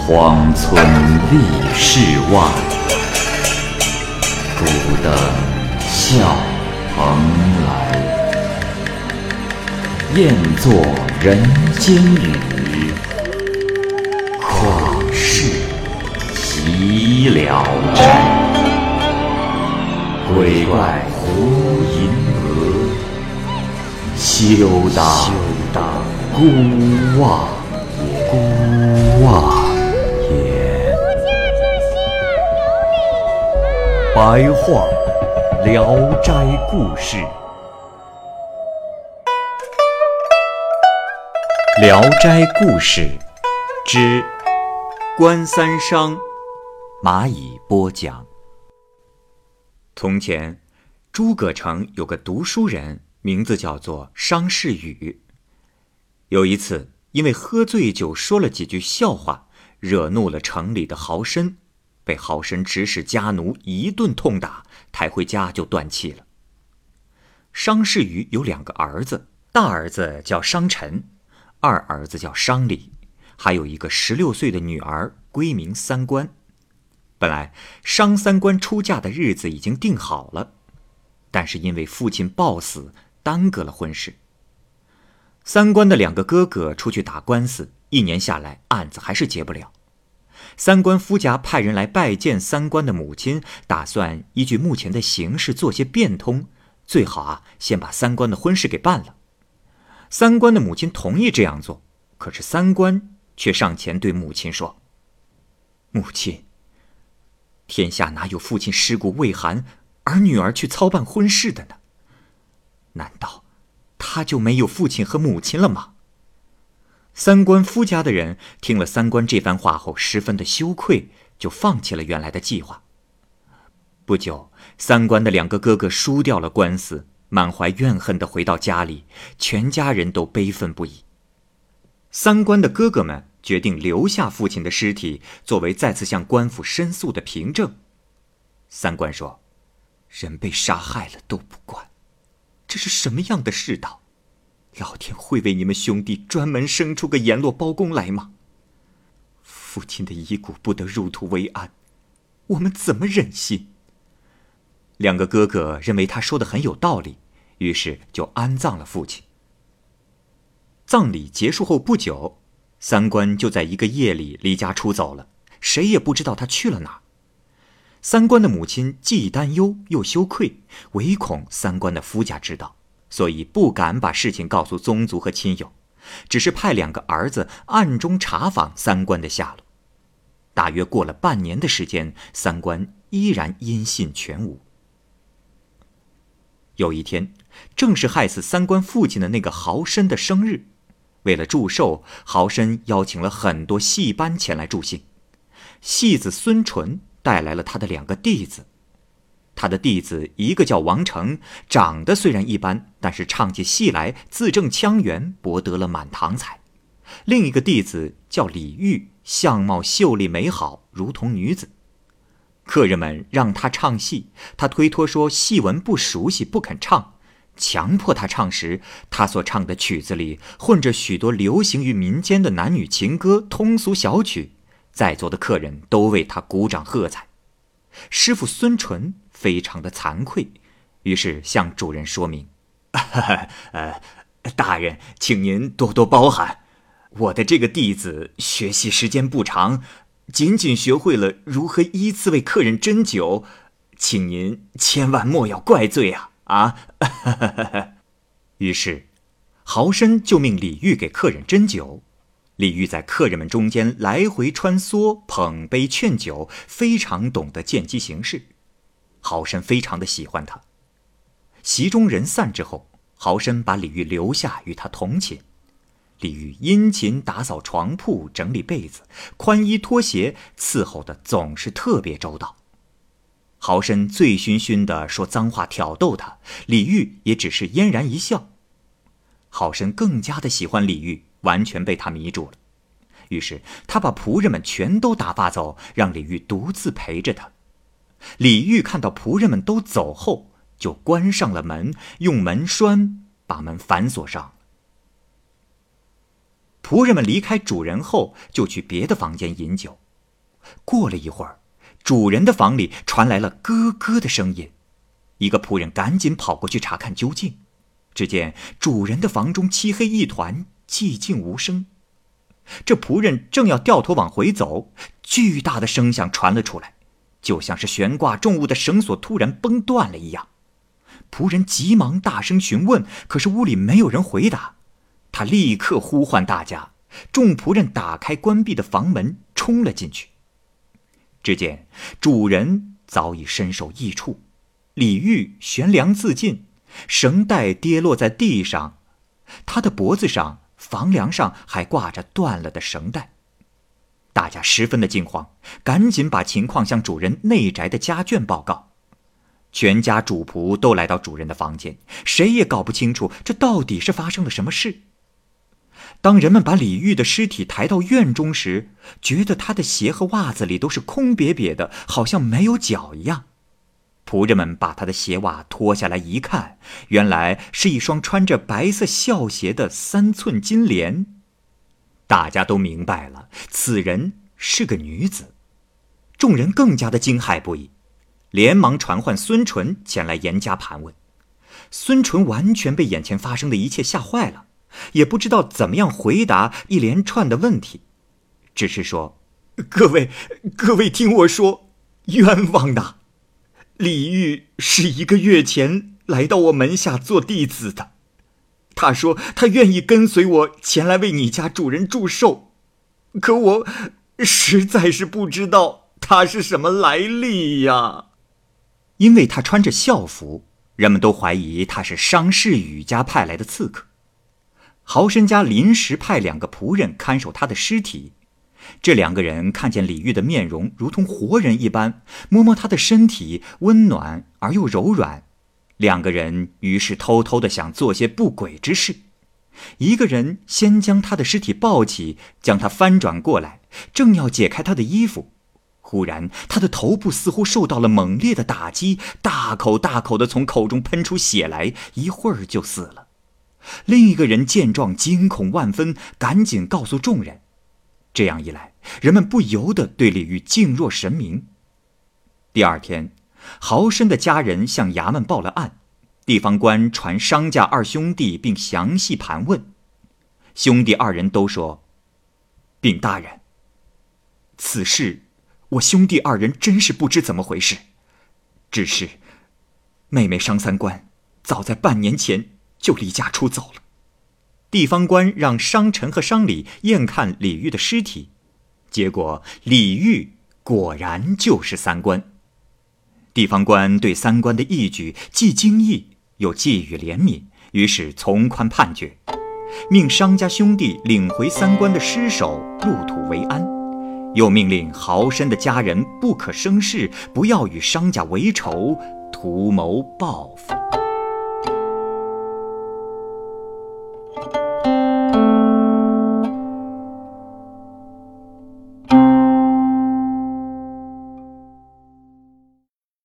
荒村立世外，孤灯笑蓬莱。雁作人间雨，旷世岂了斋。鬼怪胡银娥，休当孤望也。 白话《聊斋故事》。《聊斋故事》之关三商，蚂蚁播讲。从前，诸葛城有个读书人，名字叫做商士宇。有一次，因为喝醉酒说了几句笑话，惹怒了城里的豪绅，被豪绅指使家奴一顿痛打，抬回家就断气了。商士宇有2个儿子，大儿子叫商臣，二儿子叫商礼，还有一个16岁的女儿，归名三官。本来商三官出嫁的日子已经定好了，但是因为父亲暴死，耽搁了婚事。三官的2个哥哥出去打官司，1年下来案子还是结不了。三官夫家派人来拜见三官的母亲，打算依据目前的形势做些变通，最好先把三官的婚事给办了。三官的母亲同意这样做，可是三官却上前对母亲说：母亲，天下哪有父亲尸骨未寒而女儿去操办婚事的呢？难道他就没有父亲和母亲了吗？三官夫家的人听了三官这番话后，十分的羞愧，就放弃了原来的计划。不久，三官的2个哥哥输掉了官司，满怀怨恨地回到家里，全家人都悲愤不已。三官的哥哥们决定留下父亲的尸体，作为再次向官府申诉的凭证。三官说：人被杀害了都不管，这是什么样的世道？老天会为你们兄弟专门生出个阎罗包公来吗？父亲的遗骨不得入土为安，我们怎么忍心？2个哥哥认为他说的很有道理，于是就安葬了父亲。葬礼结束后不久，三官就在一个夜里离家出走了，谁也不知道他去了哪儿。三官的母亲既担忧又羞愧，唯恐三官的夫家知道，所以不敢把事情告诉宗族和亲友，只是派2个儿子暗中查访三官的下落。大约过了半年的时间，三官依然音信全无。有一天，正是害死三官父亲的那个豪绅的生日，为了祝寿，豪绅邀请了很多戏班前来助兴。戏子孙纯带来了他的2个弟子，他的弟子一个叫王成，长得虽然一般，但是唱起戏来字正腔圆，博得了满堂彩。另一个弟子叫李煜，相貌秀丽美好，如同女子。客人们让他唱戏，他推脱说戏文不熟悉，不肯唱。强迫他唱时，他所唱的曲子里混着许多流行于民间的男女情歌、通俗小曲，在座的客人都为他鼓掌喝彩。师傅孙纯非常的惭愧，于是向主人说明：大人，请您多多包涵，我的这个弟子学习时间不长，仅仅学会了如何依次为客人斟酒，请您千万莫要怪罪啊！于是豪绅就命李煜给客人斟酒。李煜在客人们中间来回穿梭，捧杯劝酒，非常懂得见机行事。豪绅非常的喜欢他。席中人散之后，豪绅把李煜留下与他同寝。李煜殷勤打扫床铺，整理被子，宽衣脱鞋，伺候的总是特别周到。豪绅醉醺醺地说脏话挑逗他，李煜也只是嫣然一笑。豪绅更加的喜欢李煜，完全被他迷住了。于是他把仆人们全都打发走，让李煜独自陪着他。李煜看到仆人们都走后，就关上了门，用门栓把门反锁上。 仆人们离开主人后，就去别的房间饮酒。过了一会儿，主人的房里传来了咯咯的声音，一个仆人赶紧跑过去查看究竟。只见主人的房中漆黑一团，寂静无声。这仆人正要掉头往回走，巨大的声响传了出来，就像是悬挂重物的绳索突然崩断了一样。仆人急忙大声询问，可是屋里没有人回答。他立刻呼唤大家，众仆人打开关闭的房门，冲了进去。只见主人早已身首异处，李煜悬梁自尽，绳带跌落在地上，他的脖子上、房梁上还挂着断了的绳带。大家十分的惊慌，赶紧把情况向主人内宅的家眷报告。全家主仆都来到主人的房间，谁也搞不清楚这到底是发生了什么事。当人们把李煜的尸体抬到院中时，觉得他的鞋和袜子里都是空瘪瘪的，好像没有脚一样。仆人们把他的鞋袜脱下来一看，原来是一双穿着白色孝鞋的3寸金莲。大家都明白了，此人是个女子。众人更加的惊骇不已，连忙传唤孙淳前来严加盘问。孙淳完全被眼前发生的一切吓坏了，也不知道怎么样回答一连串的问题，只是说：各位听我说，冤枉呐！李煜是1个月前来到我门下做弟子的，他说他愿意跟随我前来为你家主人祝寿，可我实在是不知道他是什么来历呀。因为他穿着校服，人们都怀疑他是商士宇家派来的刺客。豪绅家临时派2个仆人看守他的尸体，这2个人看见李煜的面容如同活人一般，摸摸他的身体温暖而又柔软，2个人于是偷偷地想做些不轨之事。一个人先将他的尸体抱起，将他翻转过来，正要解开他的衣服，忽然他的头部似乎受到了猛烈的打击，大口大口地从口中喷出血来，一会儿就死了。另一个人见状惊恐万分，赶紧告诉众人。这样一来，人们不由得对李煜敬若神明。第2天，豪绅的家人向衙门报了案，地方官传商家2兄弟，并详细盘问。兄弟2人都说：禀大人，此事我兄弟2人真是不知怎么回事，只是妹妹商3官早在半年前就离家出走了。地方官让商臣和商礼验看李煜的尸体，结果李煜果然就是3官。地方官对3官的义举既惊异又寄予怜悯，于是从宽判决，命商家兄弟领回3官的尸首，入土为安，又命令豪绅的家人不可生事，不要与商家为仇，图谋报复。